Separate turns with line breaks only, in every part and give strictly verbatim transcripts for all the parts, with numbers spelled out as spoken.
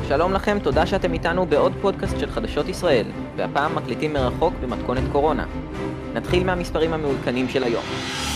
שלום לכם, תודה שאתם איתנו בעוד פודקאסט של חדשות ישראל, והפעם מקליטים מרחוק במתכונת קורונה. נתחיל מהמספרים המעודכנים של היום.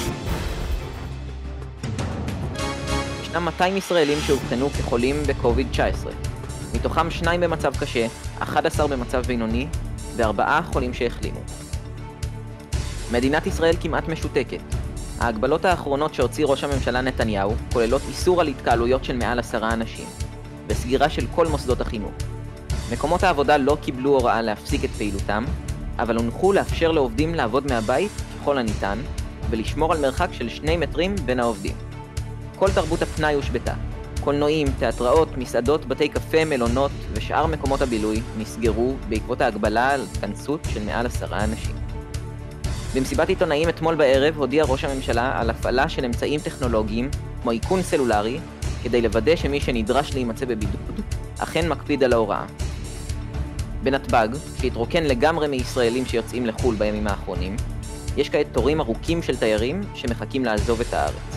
ישנם מאתיים ישראלים שאובחנו כחולים ב-קוביד תשע עשרה. מתוכם שניים במצב קשה, אחד עשר במצב בינוני, וארבעה חולים שהחלימו. מדינת ישראל כמעט משותקת. ההגבלות האחרונות שהוציא ראש הממשלה נתניהו כוללות איסור על התקהלויות של מעל עשרה אנשים, וסגירה של כל מוסדות החינוך. מקומות העבודה לא קיבלו הוראה להפסיק את פעילותם, אבל הונחו לאפשר לעובדים לעבוד מהבית ככל הניתן, ולשמור על מרחק של שני מטרים בין העובדים. כל תרבות הפנאי הושבתה. קולנועים, תיאטראות, מסעדות, בתי קפה, מלונות ושאר מקומות הבילוי נסגרו בעקבות ההגבלה על התכנסות של מעל עשרה אנשים. במסיבת עיתונאים אתמול בערב הודיע ראש הממשלה על הפעלה של אמצעים טכנולוגיים כמו איכון סלולרי, כדי לוודא שמי שנדרש להימצא בבידוד אכן מקפיד על ההוראה. בנתב"ג, שהתרוקן לגמרי מישראלים שיוצאים לחול בימים האחרונים, יש כעת תורים ארוכים של תיירים שמחכים לעזוב את הארץ.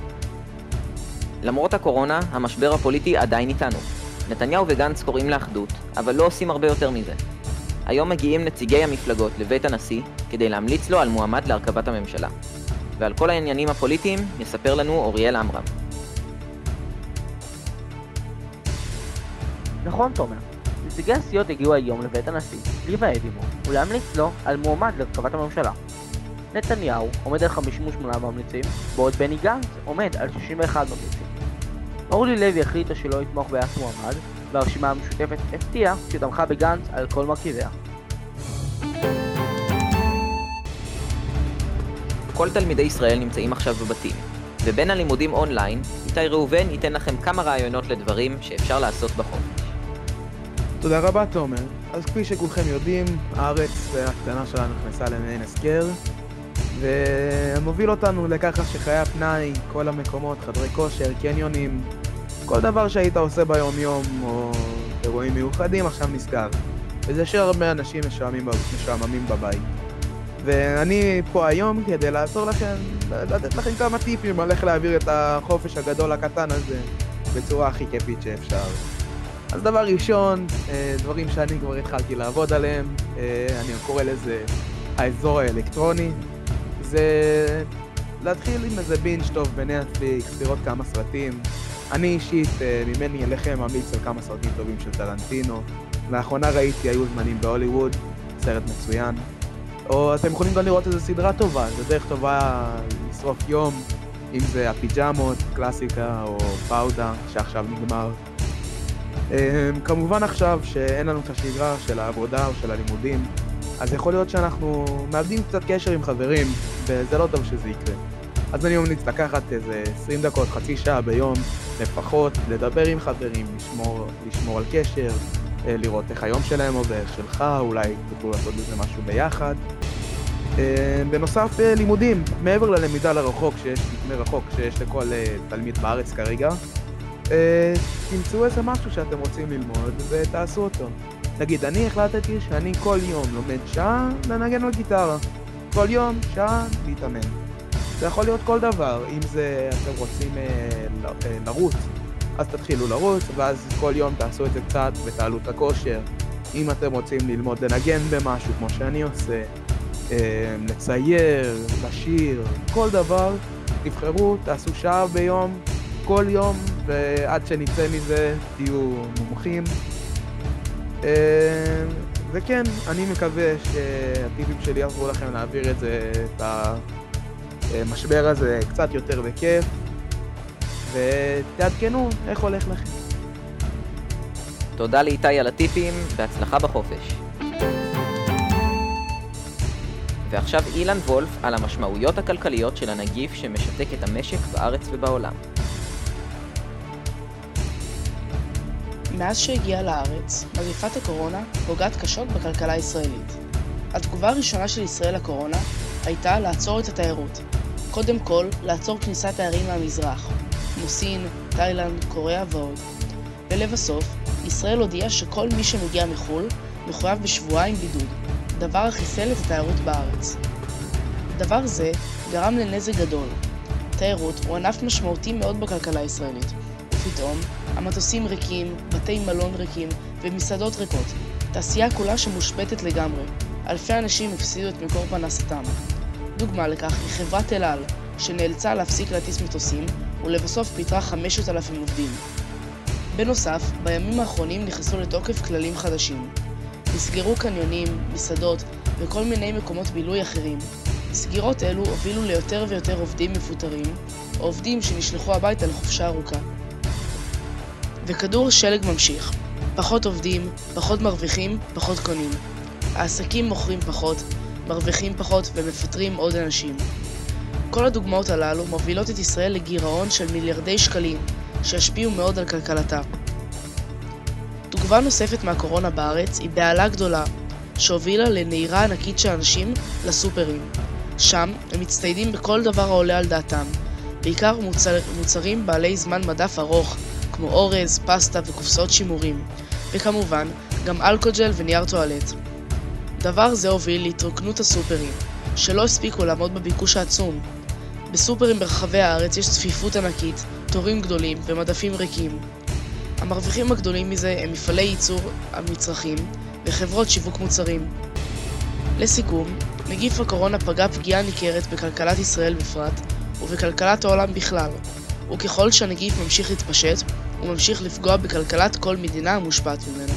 למרות הקורונה, המשבר הפוליטי עדיין איתנו. נתניהו וגנץ קוראים לאחדות, אבל לא עושים הרבה יותר מזה. היום מגיעים נציגי המפלגות לבית הנשיא כדי להמליץ לו על מועמד להרכבת הממשלה. ועל כל העניינים הפוליטיים יספר לנו אוריאל עמרם.
נכון, תומר. נציגי הסיעות הגיעו היום לבית הנשיא להיוועד עמו ולהמליץ לו על מועמד להרכבת הממשלה. נתניהו עומד על חמישים ושמונה ממליצים, בעוד בני גנץ עומד על שישים ואחד ממליצים. אורלי לוי החליטה שלא יתמוך באף מועמד, והרשימה המשותפת הפתיעה שתמכה בגנץ על כל מרכיביה.
כל תלמידי ישראל נמצאים עכשיו בבתים, ובין הלימודים אונליין, איתי ראובן ייתן לכם כמה רעיונות לדברים שאפשר לעשות בחופש.
תודה רבה, תומר. אז כפי שכולכם יודעים, הארץ הקטנה שלנו נכנסה למעין הסגר, ומוביל אותנו לככה שחיי הפנאי, כל המקומות, חדרי כושר, קניונים, כל דבר שהיית עושה ביום יום או אירועים מיוחדים עכשיו נסגר. וזה שהרבה אנשים משועממים, משועממים בבית. ואני פה היום כדי לעזור לכם, לתת לכם כמה טיפים על איך להעביר את החופש הגדול הקטן הזה בצורה הכי כיפית שאפשר. אז דבר ראשון, דברים שאני כבר התחלתי לעבוד עליהם, אני קורא לזה האזור האלקטרוני, זה להתחיל עם איזה בינג' טוב בנטפליקס, לראות כמה סרטים. אני אישית, ממני אליכם ממליץ על כמה סרטים טובים של טרנטינו. לאחרונה ראיתי היו זמנים בהוליווד, סרט מצוין. או אתם יכולים גם לראות איזו סדרה טובה, זו דרך טובה לשרוף יום, אם זה הפיג'מות, קלאסיקה או פאודה שעכשיו נגמר. כמובן עכשיו שאין לנו את השגרה של העבודה או של הלימודים, אז יכול להיות שאנחנו מאבדים קצת קשר עם חברים, וזה לא טוב שזה יקרה. אז אני ממליץ לקחת איזה עשרים דקות, חצי שעה ביום, לפחות, לדבר עם חברים, לשמור, לשמור על קשר, לראות איך היום שלהם עובר, שלך, אולי תוכלו לעשות בזה משהו ביחד. בנוסף, לימודים, מעבר ללמידה לרחוק שיש, מרחוק שיש לכל תלמיד בארץ כרגע, תמצאו איזה משהו שאתם רוצים ללמוד ותעשו אותו. נגיד, אני החלטתי שאני כל יום לומד שעה לנגן על גיטרה. כל יום שעה להתאמן. זה יכול להיות כל דבר, אם זה אתם רוצים ל- לרוץ, אז תתחילו לרוץ, ואז כל יום תעשו את זה קצת ותעלו את הכושר. אם אתם רוצים ללמוד לנגן במשהו כמו שאני עושה, לצייר, לשיר, כל דבר, תבחרו, תעשו שעה ביום, כל יום, ועד שנצא מזה תהיו מומחים. וכן, אני מקווה שהטיפים שלי יעזרו לכם להעביר את זה, את המשבר הזה קצת יותר בכיף, ותעדכנו איך הולך לכם.
תודה לאיתי על הטיפים, בהצלחה בחופש. ועכשיו אילן וולף על המשמעויות הכלכליות של הנגיף שמשתק את המשק בארץ ובעולם.
מאז שהגיעה לארץ, מגפת הקורונה פוגעת קשות בכלכלה הישראלית. התגובה הראשונה של ישראל לקורונה הייתה לעצור את התיירות. קודם כל, לעצור כניסת תיירים מהמזרח, כמו סין, תאילנד, קוריאה ועוד. ולבסוף, ישראל הודיעה שכל מי שמגיע מחו"ל מחויב בשבועיים בידוד, דבר החיסל את התיירות בארץ. דבר זה גרם לנזק גדול. תיירות הוא ענף משמעותי מאוד בכלכלה הישראלית, ופתאום המטוסים ריקים, בתי מלון ריקים ומסעדות ריקות. תעשייה כולה שמושבתת לגמרי. אלפי אנשים הפסידו את מקור פרנסתם. דוגמה לכך היא חברת אל על, שנאלצה להפסיק להטיס מטוסים ולבסוף פיטרה חמשת אלפים עובדים. בנוסף, בימים האחרונים נכנסו לתוקף כללים חדשים. נסגרו קניונים, מסעדות וכל מיני מקומות בילוי אחרים. סגירות אלו הובילו ליותר ויותר עובדים מפוטרים, או עובדים שנשלחו הביתה לחופשה ארוכה. וכדור שלג ממשיך. פחות עובדים, פחות מרוויחים, פחות קונים. העסקים מוכרים פחות, מרוויחים פחות ומפטרים עוד אנשים. כל הדוגמאות הללו מובילות את ישראל לגירעון של מיליארדי שקלים, שישפיעו מאוד על כלכלתה. תגובה נוספת מהקורונה בארץ היא בעלה גדולה, שהובילה לנהירה ענקית של אנשים לסופרים. שם הם מצטיידים בכל דבר העולה על דעתם, בעיקר מוצר, מוצרים בעלי זמן מדף ארוך, כמו אורז, פסטה וקופסאות שימורים, וכמובן גם אלכוג'ל ונייר טואלט. דבר זה הוביל להתרוקנות הסופרים, שלא הספיקו לעמוד בביקוש העצום. בסופרים ברחבי הארץ יש צפיפות ענקית, תורים גדולים ומדפים ריקים. המרוויחים הגדולים מזה הם מפעלי ייצור המצרכים וחברות שיווק מוצרים. לסיכום, נגיף הקורונה פגע פגיעה ניכרת בכלכלת ישראל בפרט ובכלכלת העולם בכלל, וככל שהנגיף ממשיך להתפשט, הוא ממשיך לפגוע בכלכלת כל מדינה המושפעת ממנו.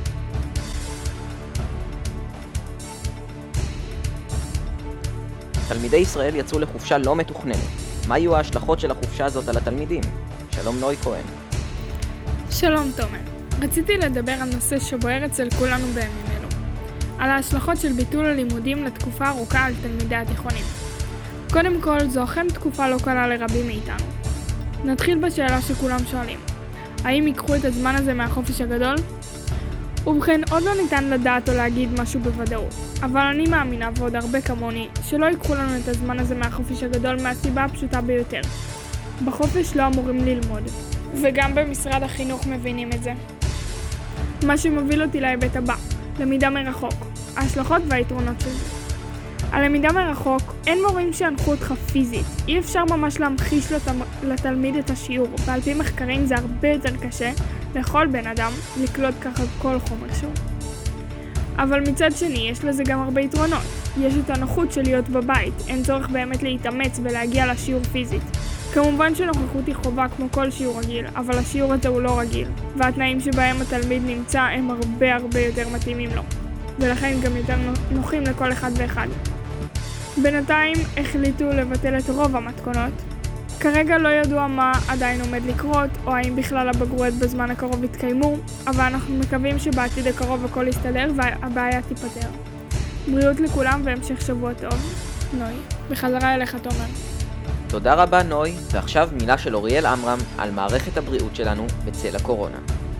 תלמידי ישראל יצאו לחופשה לא מתוכננת. מה יהיו ההשלכות של החופשה הזאת על התלמידים? שלום נוי כהן.
שלום תומר. רציתי לדבר על נושא שבוער אצל כולנו בימים אלו. על ההשלכות של ביטול הלימודים לתקופה ארוכה על תלמידי התיכונים. קודם כל, זו אכן תקופה לא קלה לרבים מאיתנו. נתחיל בשאלה שכולם שואלים. האם ייקחו את הזמן הזה מהחופש הגדול? ובכן, עוד לא ניתן לדעת או להגיד משהו בוודאות, אבל אני מאמינה, ועוד הרבה כמוני, שלא ייקחו לנו את הזמן הזה מהחופש הגדול מהסיבה הפשוטה ביותר. בחופש לא אמורים ללמוד, וגם במשרד החינוך מבינים את זה. מה שמוביל אותי להיבט הבא, למידה מרחוק, ההשלכות והיתרונות של זה. הלמידה מרחוק, אין מורים שינחו אותך פיזית, אי אפשר ממש להמחיש לת... לתלמיד את השיעור, ועל פי מחקרים זה הרבה יותר קשה לכל בן אדם לקלוט ככה כל חומר שהוא. אבל מצד שני, יש לזה גם הרבה יתרונות. יש את הנוחות של להיות בבית, אין צורך באמת להתאמץ ולהגיע לשיעור פיזית. כמובן שנוכחות היא חובה כמו כל שיעור רגיל, אבל השיעור הזה הוא לא רגיל, והתנאים שבהם התלמיד נמצא הם הרבה הרבה יותר מתאימים לו, ולכן גם יותר נוחים לכל אחד ואחד. בינתיים החליטו לבטל את רוב המתכונות. כרגע לא ידוע מה עדיין עומד לקרות, או האם בכלל הבגרויות בזמן הקרוב יתקיימו, אבל אנחנו מקווים שבעתיד הקרוב הכל יסתדר והבעיה תיפטר. בריאות לכולם והמשך שבוע טוב. נוי, בחזרה אליך תומר.
תודה רבה נוי, ועכשיו מילה של אוריאל עמרם על מערכת הבריאות שלנו בצל הקורונה.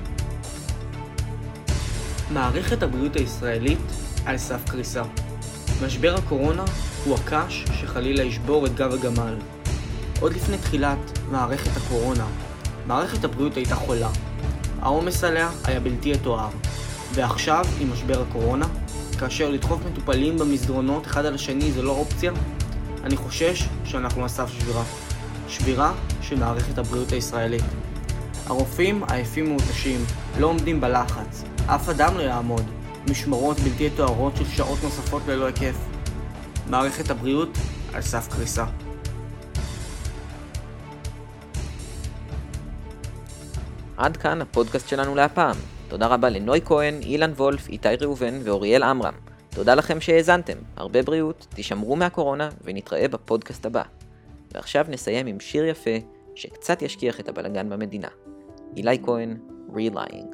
מערכת הבריאות הישראלית על סף קריסה. משבר הקורונה הוא הקש שחלילה ישבור את גב הגמל. עוד לפני תחילת מערכת הקורונה, מערכת הבריאות הייתה חולה. העומס עליה היה בלתי יתואר. ועכשיו, עם משבר הקורונה, כאשר לדחוף מטופלים במסדרונות אחד על השני זה לא אופציה, אני חושש שאנחנו על סף שבירה. שבירה של מערכת הבריאות הישראלית. הרופאים עייפים ומותשים, לא עומדים בלחץ. אף אדם לא יעמוד. משמרות בלתי יתוארות של שעות נוספות ללא היקף. מערכת הבריאות על סף קריסה.
עד כאן הפודקאסט שלנו להפעם. תודה רבה לנוי כהן, אילן וולף, איתי ראובן ואוריאל עמרם. תודה לכם שהאזנתם. הרבה בריאות, תשמרו מהקורונה ונתראה בפודקאסט הבא. ועכשיו נסיים עם שיר יפה שקצת ישכיח את הבלגן במדינה. אילי כהן, Relying.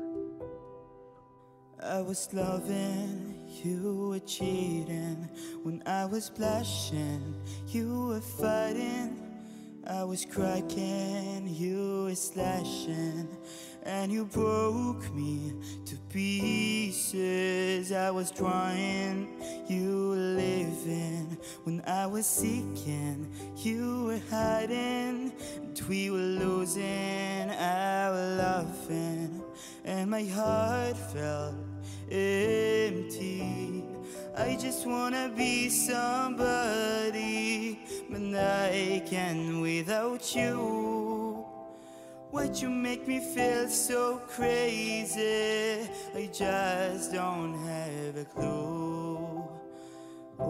I was loving, you were cheating. When I was blushing, you were fighting. I was cracking, you were slashing. And you broke me to pieces. I was trying, you were living. When I was seeking, you were hiding. And we were losing our loving. And my heart felt empty. I just wanna be somebody, but I can't without you. Why'd you make me feel so crazy? I just don't have a clue. Oh,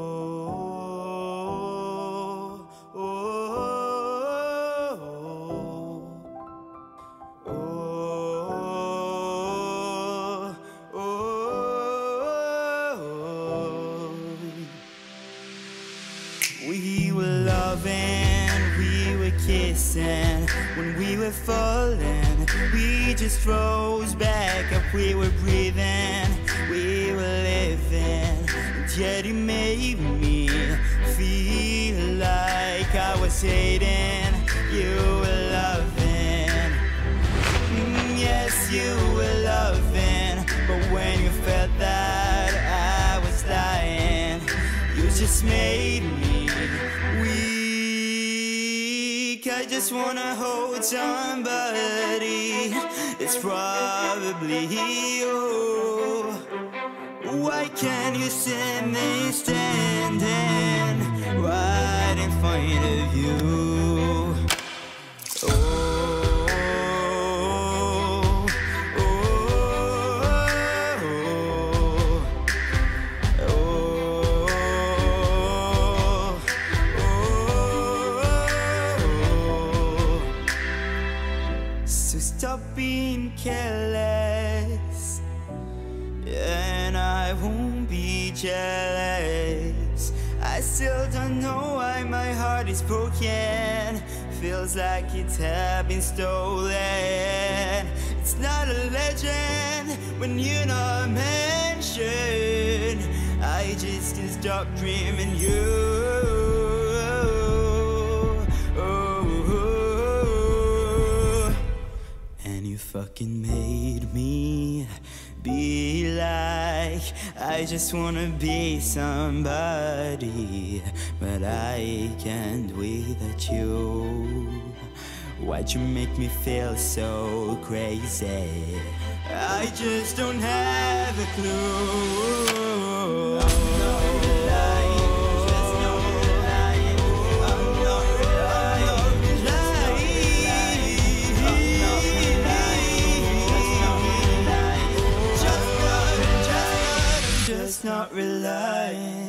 oh, oh, oh, oh. We were loving, we were kissing. When we were falling, we just rose back up. We were breathing, we were living. And yet it made me feel like I was hating. You were loving, mm, yes, you were loving. But when you felt that I was lying, you just made me weak. I just wanna hold somebody. It's probably you. Why can't you see me standing right in front of you? Oh, oh, oh, oh. So stop being careless, and I won't be jealous. I still don't know why my heart is broken. Feels like it's have been stolen. It's not a legend when you're not mentioned. I just can't stop dreaming you. Oh, and you fucking made me be like, I just wanna be somebody, but I can't without you. Why'd you make me feel so crazy? I just don't have a clue. I'm not relying, just not relying. I'm not relying, I'm not relying, just not relying. Just not, just not, just not relying.